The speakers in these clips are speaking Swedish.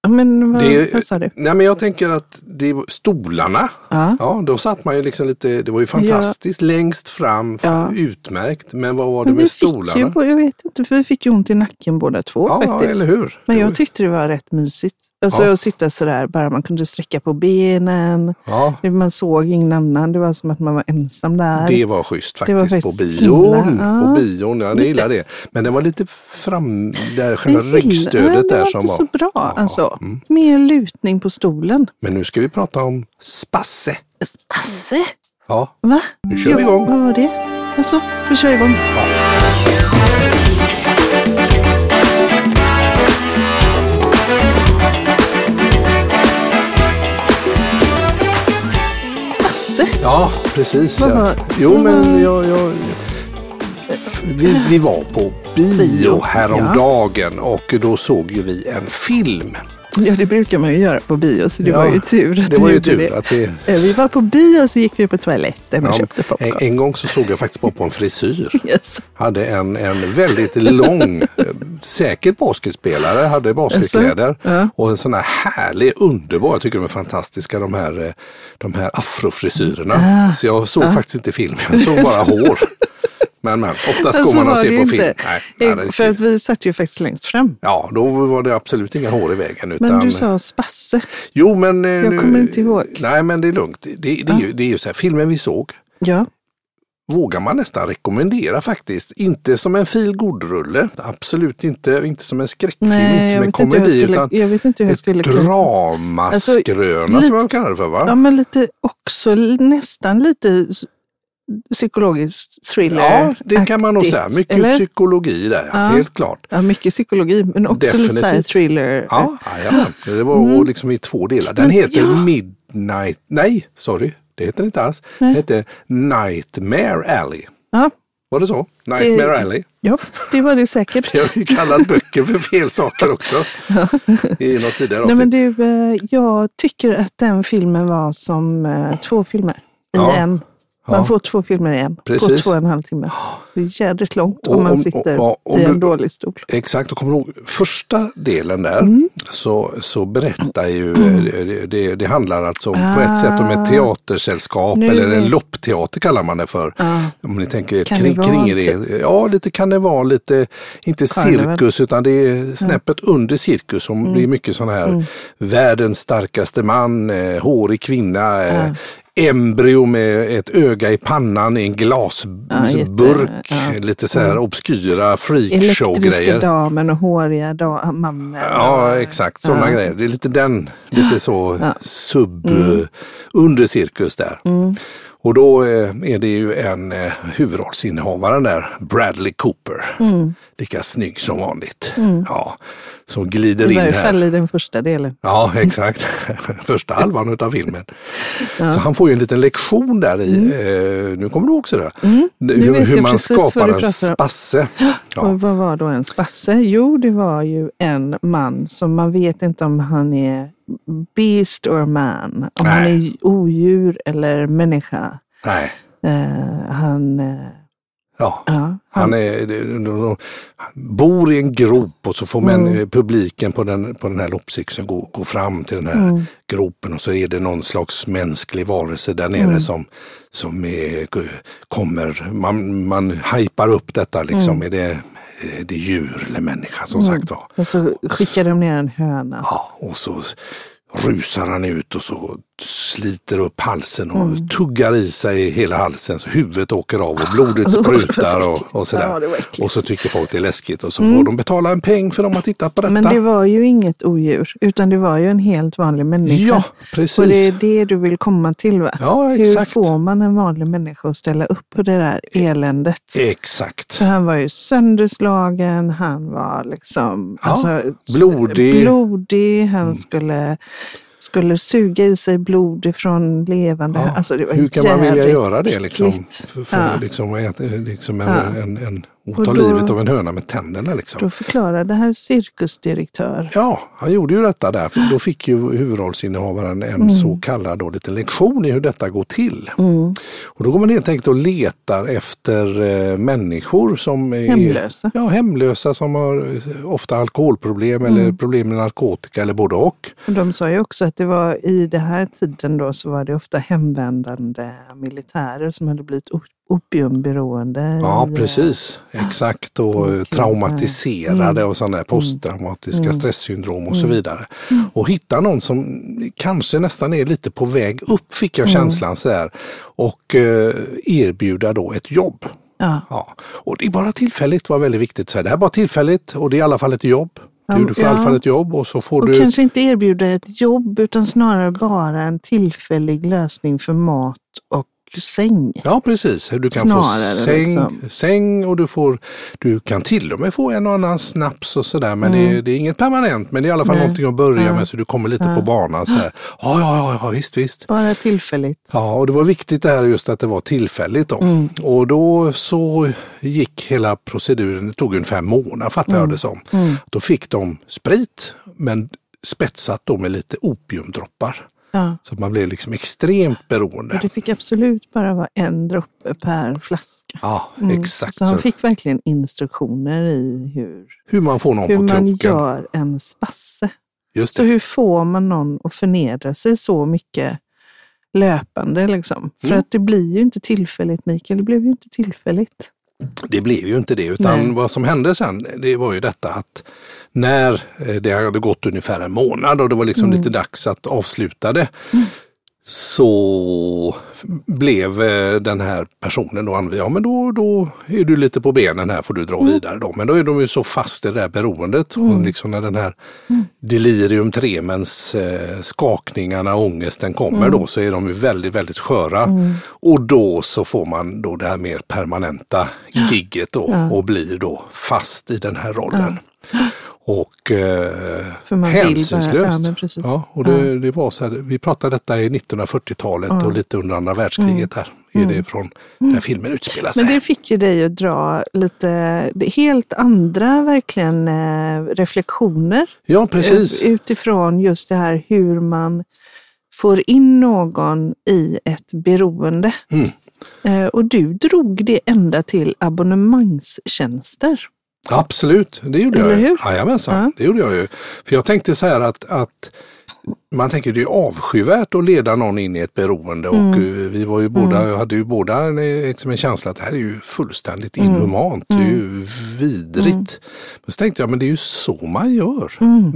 Men vad sa du? Nej, men jag tänker att det var stolarna. Ja, då satt man ju liksom lite, det var ju fantastiskt, längst fram, utmärkt. Men vad var det med stolarna? Jag vet inte, för vi fick ju ont i nacken båda två faktiskt. Ja, eller hur? Men jag tyckte det var rätt mysigt. Alltså att sitta sådär, bara man kunde sträcka på benen. Ja. Man såg ingen annan, det var som att man var ensam där. Det var schysst faktiskt på bion. På bion, jag gillar det. Men det var lite fram, där själva ryggstödet där som var. Det var inte så bra, alltså. Mer lutning på stolen. Men nu ska vi prata om Spasse. Spasse? Ja. Va? Nu kör vi igång. Vad var det? Alltså, vi kör igång. Ja. Ja, precis. Ja. Jo, men vi var på bio häromdagen och då såg ju vi en film. Ja, det brukar man ju göra på bio, så det var ju tur att det var ju tur att det... Vi var på bio, så gick vi på toaletten och köpte popcorn. En gång så såg jag faktiskt på en frisyr. Yes. Hade en väldigt lång, säkert basketspelare, hade basketkläder och en sån här härlig, underbar, jag tycker de är fantastiska, de här afrofrisyrerna. Så jag såg faktiskt inte film, jag såg bara hår. Men oftast går man och ser på film. Nej, för att vi satt ju faktiskt längst fram. Ja, då var det absolut inga hår i vägen. Utan... Men du sa Spasse. Jo, men... Jag kommer inte ihåg. Nej, men det är lugnt. Det är ju så här, filmen vi såg. Ja. Vågar man nästan rekommendera faktiskt. Inte som en feel-good-rulle. Absolut inte som en skräckfilm, inte som en komedi. Jag vet inte hur jag skulle... Dramaskröna som man kallar det för, va? Ja, men lite också nästan lite... psykologisk thriller. Ja, det kan man nog säga. Mycket psykologi där, helt klart. Ja, mycket psykologi, men också definitivt. Lite så här thriller. Ja, det var liksom i 2 delar. Den heter Midnight... Nej, sorry. Det heter inte alls. Den heter Nightmare Alley. Ja. Var det så? Nightmare Alley? Ja, det var det säkert. Jag har ju kallat böcker för fel saker också. I något tidigare avsnitt. Nej, men jag tycker att den filmen var som 2 filmer i en. Man får 2 filmer igen på 2,5 timmar. Det är jävligt långt om man sitter i en dålig stol. Exakt, och kommer du ihåg första delen där så berättar ju, det handlar alltså på ett sätt om ett teatersällskap eller en loppteater kallar man det för. Om ni tänker kring det. Ja, lite karneval, lite, inte cirkus utan det är snäppet under cirkus som blir mycket sån här världens starkaste man, hårig kvinna, embryo med ett öga i pannan i en glasburk. Lite så här obskyra freakshow-grejer. Elektriska damen och håriga mannen. Ja, exakt. Sådana grejer. Det är lite så under cirkus där. Och då är det ju en huvudrollsinnehavaren där, Bradley Cooper. Lika snygg som vanligt. Ja, som glider in här. I varje fall i den första delen. Ja, exakt. Första halvan utav filmen. Så han får ju en liten lektion där i, nu kommer du också där, hur man skapar en spasse. Ja. Och vad var då en spasse? Jo, det var ju en man som man vet inte om han är beast or man. Om han är odjur eller människa. Nej. Han bor i en grop och så får publiken på den här loppcykeln gå fram till den här gropen och så är det någon slags mänsklig varelse där nere som kommer, man hypar upp detta liksom, är det djur eller människa som sagt var. Och så skickar de ner en höna. Ja, och så rusar han ut och så sliter upp halsen och tuggar i sig hela halsen så huvudet åker av och blodet sprutar och sådär. Ja, och så tycker folk det är läskigt och så får de betala en peng för de har tittat på detta. Men det var ju inget odjur utan det var ju en helt vanlig människa. Ja, precis. Och det är det du vill komma till, va? Ja, exakt. Hur får man en vanlig människa att ställa upp på det där eländet? Exakt. Så han var ju sönderslagen, han var liksom blodig, han skulle suga i sig blod ifrån levande. Ja. Alltså det var hur kan man vilja göra det liksom? För liksom Och ta livet av en höna med tänderna liksom. Då förklarade här cirkusdirektör. Ja, han gjorde ju detta där. För då fick ju huvudrollsinnehavaren en så kallad då, lite lektion i hur detta går till. Och då går man helt enkelt och letar efter människor som är hemlösa. Ja, hemlösa som har ofta alkoholproblem eller problem med narkotika eller både och. Och de sa ju också att det var i den här tiden då så var det ofta hemvändande militärer som hade blivit opiumberoende. Ja, precis. Exakt. Och traumatiserade och sådana posttraumatiska stresssyndrom och så vidare. Och hitta någon som kanske nästan är lite på väg upp, fick jag känslan så här. Och erbjuda då ett jobb. Ja. Och det är bara tillfälligt, var väldigt viktigt. Så här, det här är bara tillfälligt och det är i alla fall ett jobb. Du får i alla fall ett jobb och så får du... kanske inte erbjuda ett jobb utan snarare bara en tillfällig lösning för mat och säng. Ja, precis. Du kan snarare, få säng och du kan till och med få en och annan snaps och sådär. Men det är inget permanent, men det är i alla fall någonting att börja med så du kommer lite på banan så här. Ja, visst. Bara tillfälligt. Ja, och det var viktigt det här just att det var tillfälligt då. Och då så gick hela proceduren, det tog ungefär 5 månader fattar jag det som. Då fick de sprit, men spetsat då med lite opiumdroppar. Ja. Så man blev liksom extremt beroende. Och det fick absolut bara vara 1 droppe per flaska. Ja, exakt. Så han fick verkligen instruktioner i hur man får någon på kroken. Hur man gör en spasse. Just det. Så hur får man någon att förnedra sig så mycket löpande liksom? För att det blir ju inte tillfälligt, Mikael. Det blev ju inte tillfälligt. Det blev ju inte det, utan vad som hände sen, det var ju detta att när det hade gått ungefär 1 månad och det var liksom lite dags att avsluta det, så blev den här personen då men då är du lite på benen här, får du dra vidare då. Men då är de ju så fast i det där beroendet och liksom när den här delirium tremens skakningarna och ångesten kommer då, så är de ju väldigt, väldigt sköra. Och då så får man då det här mer permanenta gigget då och blir då fast i den här rollen. Och hänsynslöst. Och det var så här, vi pratade detta i 1940-talet och lite under andra världskriget här. Är det från där filmen utspelar sig. Men det fick ju dig att dra lite helt andra verkligen reflektioner. Ja, precis. Utifrån just det här hur man får in någon i ett beroende. Och du drog det ända till abonnemangstjänster. Absolut, det gjorde jag ju. Jajamensan, det gjorde jag ju. För jag tänkte så här att man tänker det är avskyvärt att leda någon in i ett beroende och vi var ju båda, hade ju båda en känsla att det här är ju fullständigt inhumant, det är ju vidrigt. Men så tänkte jag, men det är ju så man gör.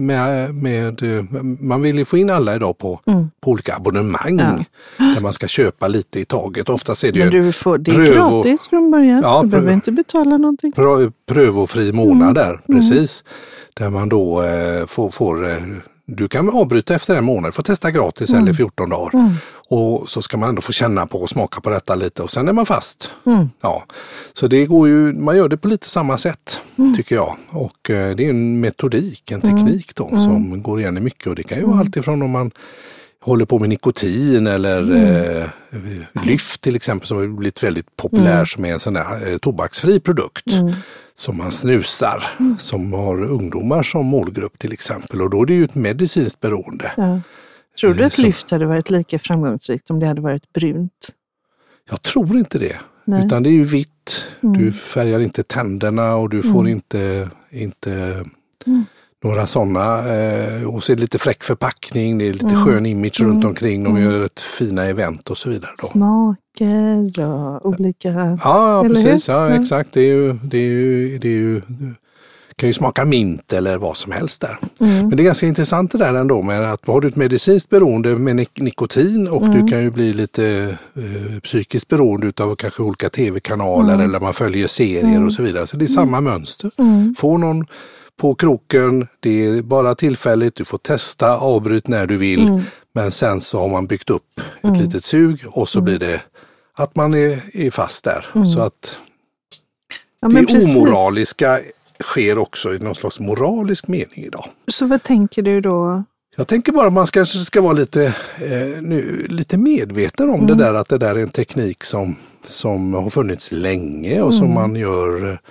Man vill ju få in alla idag på olika abonnemang där man ska köpa lite i taget. Oftast är det ju det är gratis från början, du behöver inte betala någonting. Prövofri månad där, precis. Där man då får du kan avbryta efter 1 månad, få testa gratis eller 14 dagar. Och så ska man ändå få känna på och smaka på detta lite och sen är man fast. Ja. Så det går ju, man gör det på lite samma sätt tycker jag. Och det är en metodik, en teknik då som går igen i mycket och det kan ju vara allt ifrån om man håller på med nikotin eller lyft till exempel som har blivit väldigt populär som är en sån där tobaksfri produkt. Som man snusar, som har ungdomar som målgrupp till exempel. Och då är det ju ett medicinskt beroende. Ja. Tror du att lyft hade varit lika framgångsrikt om det hade varit brunt? Jag tror inte det. Nej. Utan det är ju vitt. Du färgar inte tänderna och du får inte några sådana. Och så är det lite fräck förpackning. Det är lite skön image runt omkring. De gör ett fina event och så vidare. Då. Smaker och olika... Ja, precis. Ja, exakt. Det är ju kan ju smaka mint eller vad som helst där. Men det är ganska intressant det där ändå med att har du ett medicinskt beroende med nikotin och du kan ju bli lite psykiskt beroende av kanske olika tv-kanaler eller man följer serier och så vidare. Så det är samma mönster. Få någon på kroken, det är bara tillfälligt, du får testa, avbryt när du vill, men sen så har man byggt upp ett litet sug och så blir det att man är fast där. Så att det omoraliska sker också i någon slags moralisk mening idag. Så vad tänker du då? Jag tänker bara att man kanske ska vara lite medveten om det där, att det där är en teknik som har funnits länge och som man gör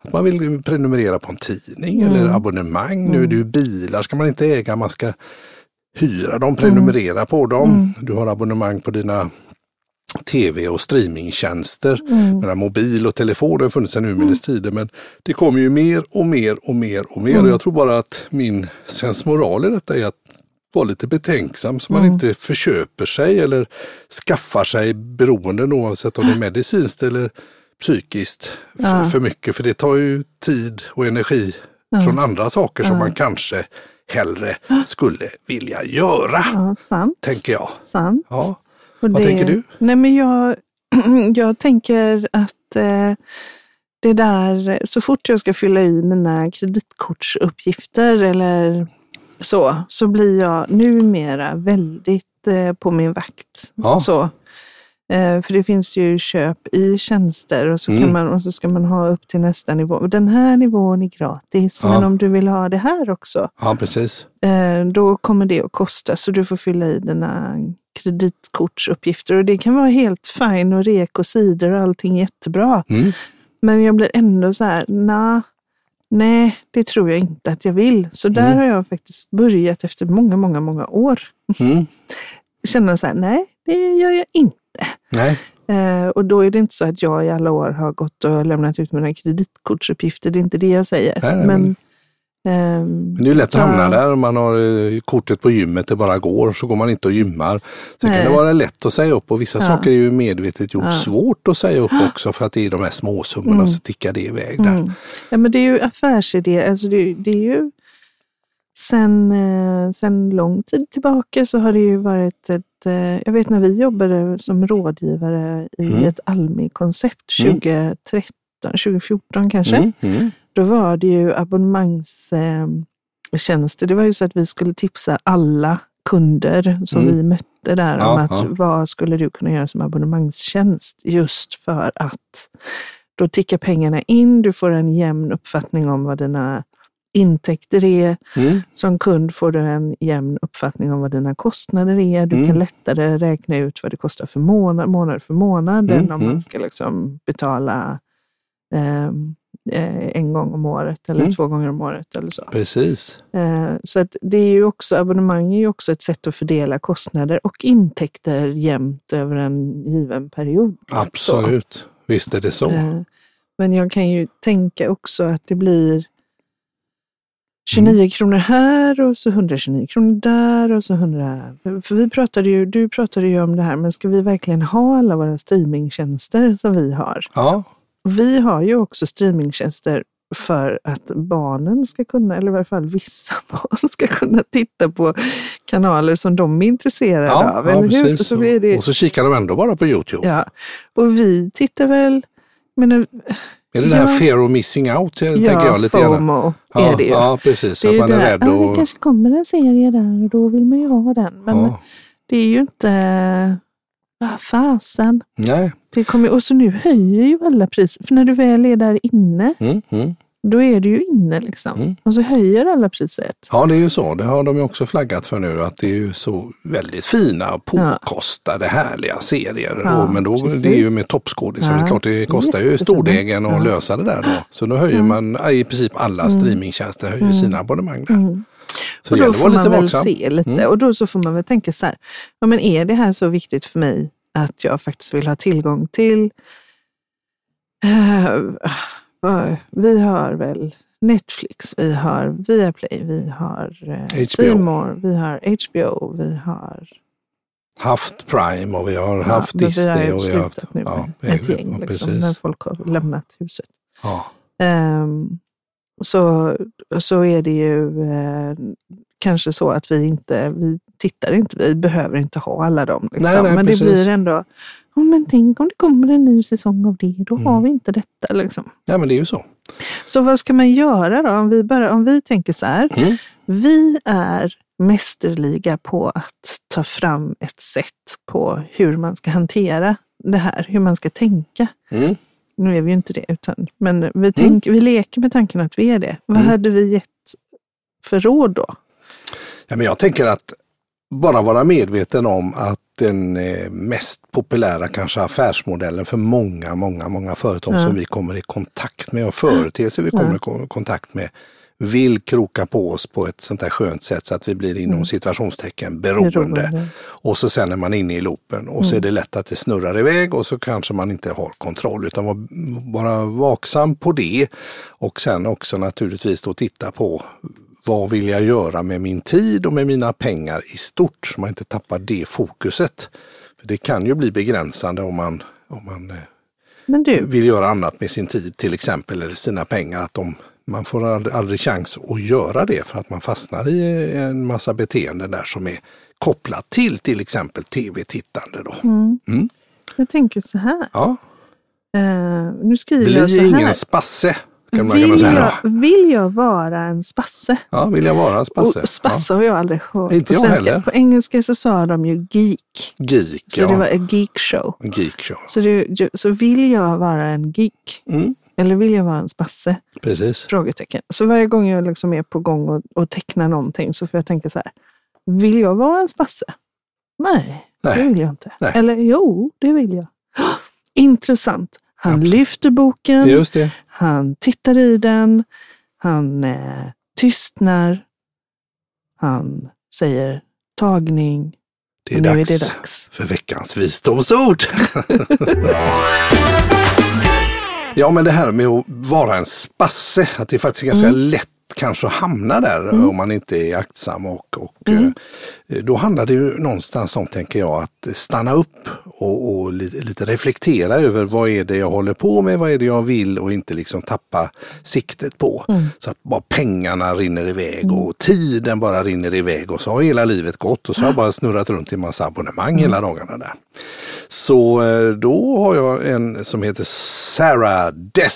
Att man vill prenumerera på en tidning eller abonnemang. Nu är det ju bilar, ska man inte äga, man ska hyra dem, prenumerera på dem. Du har abonnemang på dina tv- och streamingtjänster. Mobil och telefon har funnits sedan urminnes tider, men det kommer ju mer och mer och mer och mer. Och jag tror bara att min sensmoral i detta är att vara lite betänksam så man inte förköper sig eller skaffar sig beroenden, oavsett om det är medicinskt eller psykiskt för mycket. För det tar ju tid och energi från andra saker som man kanske hellre skulle vilja göra. Ja, sant. Tänker jag. Sant. Ja. Vad tänker du? Nej, men jag tänker att det där, så fort jag ska fylla i mina kreditkortsuppgifter eller så blir jag numera väldigt på min vakt. Ja. Så. För det finns ju köp i tjänster och så ska man ha upp till nästa nivå. Den här nivån är gratis, men om du vill ha det här också. Ja, precis. Då kommer det att kosta, så du får fylla i dina kreditkortsuppgifter. Och det kan vara helt fine och rek och sidor och allting jättebra. Men jag blir ändå så här, nej, det tror jag inte att jag vill. Så där har jag faktiskt börjat efter många, många, många år. Känner så här, nej, det gör jag inte. Nej. Och då är det inte så att jag i alla år har gått och lämnat ut mina kreditkortsuppgifter. Det är inte det jag säger. Nej, men det är ju lätt att hamna där om man har kortet på gymmet, det bara går, så går man inte och gymmar. Så kan det vara lätt att säga upp, och vissa saker är ju medvetet gjort svårt att säga upp också, för att det är de här småsummorna så tickar det iväg där. Ja, men det är ju affärsidé, alltså det är ju sen lång tid tillbaka så har det ju varit jag vet när vi jobbade som rådgivare i ett Almi-koncept 2014 kanske. Då var det ju abonnemangstjänster. Det var ju så att vi skulle tipsa alla kunder som vi mötte där om att vad skulle du kunna göra som abonnemangstjänst, just för att då tickar pengarna in, du får en jämn uppfattning om vad dina intäkter är. Som kund får du en jämn uppfattning om vad dina kostnader är. Du kan lättare räkna ut vad det kostar för månad för månad än om man ska liksom betala en gång om året eller 2 gånger om året eller så. Precis. Så att det är ju också, abonnemang är ju också ett sätt att fördela kostnader och intäkter jämnt över en given period. Absolut. Så. Visst är det så. Men jag kan ju tänka också att det blir 29 kronor här och så 129 kronor där och så 100. För du pratade ju om det här, men ska vi verkligen ha alla våra streamingtjänster som vi har? Ja. Vi har ju också streamingtjänster för att barnen ska kunna, eller i alla fall vissa barn ska kunna titta på kanaler som de är intresserade av. Eller hur? Precis. Så blir det... Och så kikar de ändå bara på YouTube. Ja, och vi tittar väl... Är det här fear of missing out? Tänker jag lite FOMO är det ju. Ja, precis. Det att man är rädd. Det kanske kommer en serie där och då vill man ju ha den. Men det är ju inte... fasen. Nej. Det kommer, och så nu höjer ju alla priser. För när du väl är där inne, då är du ju inne liksom. Och så höjer alla priset. Ja, det är ju så. Det har de ju också flaggat för nu. Att det är ju så väldigt fina, påkostade, härliga serier. Ja, men då det är ju med toppskådis. Det är klart, det kostar ju stordegen att lösa det där då. Så då höjer man, i princip alla streamingtjänster höjer sina abonnemang där. Så och då får man väl se lite. Och då så får man väl tänka så här. Ja, men är det här så viktigt för mig att jag faktiskt vill ha tillgång till... vi har väl Netflix, vi har Viaplay, vi har C More, vi har HBO, vi har... haft Prime och vi har haft Disney. Och vi har slutat nu med ett gäng liksom, när folk har lämnat huset. Ja. Så är det ju kanske så att vi tittar inte, vi behöver inte ha alla dem. Liksom. Nej, men precis. Det blir ändå, men tänk om det kommer en ny säsong av det, då har vi inte detta. Liksom. Ja, men det är ju så. Så vad ska man göra då? Om vi tänker så här, vi är mästerliga på att ta fram ett sätt på hur man ska hantera det här, hur man ska tänka. Nu är vi ju inte det, men vi leker med tanken att vi är det. Vad hade vi gett för råd då? Ja, men jag tänker att bara vara medveten om att den mest populära kanske affärsmodellen för många företag som vi kommer i kontakt med och företeelser vi kommer i kontakt med vill kroka på oss på ett sånt här skönt sätt så att vi blir inom situationstecken beroende. Och så sen är man inne i loopen och så är det lätt att det snurrar iväg och så kanske man inte har kontroll utan vara vaksam på det och sen också naturligtvis då titta på vad vill jag göra med min tid och med mina pengar i stort så man inte tappar det fokuset. För det kan ju bli begränsande om man vill göra annat med sin tid till exempel eller sina pengar att man får aldrig chans att göra det för att man fastnar i en massa beteenden där som är kopplat till exempel tv-tittande då. Jag tänker så här. Ja. Nu skriver jag så här. Bli ingen spasse. Vill jag vara en spasse? Ja, vill jag vara en spasse? Och spasse har jag aldrig hört inte på svenska. Heller. På engelska så sa de ju geek. Så det var en geek show. Så vill jag vara en geek? Eller vill jag vara en spasse? Precis. Frågetecken. Så varje gång jag liksom är på gång och tecknar någonting så får jag tänka så här. Vill jag vara en spasse? Nej. Det vill jag inte. Nej. Eller jo, det vill jag. Intressant. Han lyfter boken. Just det. Han tittar i den. Han tystnar. Han säger tagning. Det är dags för veckans visdomsord. Ja, men det här med att vara en spasse, att det är faktiskt ganska lätt kanske att hamna där om man inte är aktsam och då handlar det ju någonstans om, tänker jag, att stanna upp och lite reflektera över vad är det jag håller på med, vad är det jag vill och inte liksom tappa siktet på. Så att bara pengarna rinner iväg och tiden bara rinner iväg och så har hela livet gått och så har jag bara snurrat runt i en massa abonnemang hela dagarna där. Så då har jag en som heter Sarah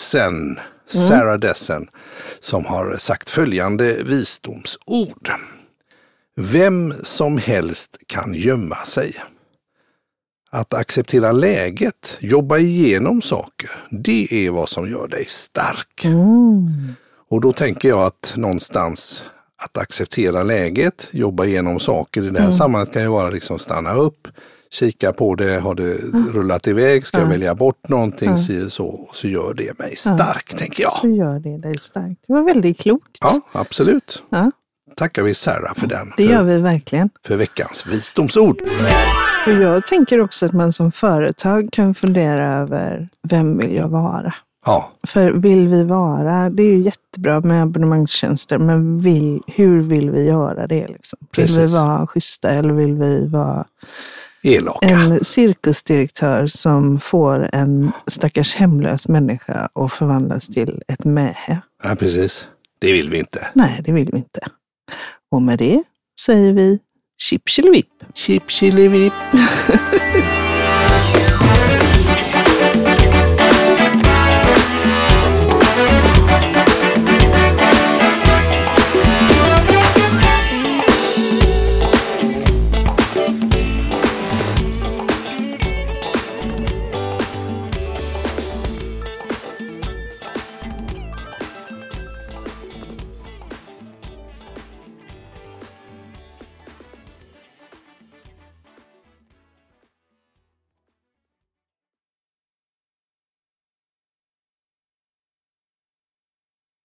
Dessen som har sagt följande visdomsord. Vem som helst kan gömma sig. Att acceptera läget, jobba igenom saker, det är vad som gör dig stark. Och då tänker jag att någonstans att acceptera läget, jobba igenom saker i det här sammanhanget kan ju vara liksom stanna upp, kika på det, har det rullat iväg, ska jag välja bort någonting så gör det mig stark, tänker jag. Så gör det dig stark. Det var väldigt klokt. Ja, absolut. Ja. Tackar vi Sarah för den. Det gör vi verkligen. För veckans visdomsord. Och jag tänker också att man som företag kan fundera över vem vill jag vara? Ja. För vill vi vara, det är ju jättebra med abonnemangstjänster, men hur vill vi göra det liksom? Vill vi vara schyssta eller vill vi vara elaka? En cirkusdirektör som får en stackars hemlös människa och förvandlas till ett mähe? Ja, precis. Det vill vi inte. Nej, det vill vi inte. Och med det säger vi chip chili vip. Chip chili vip.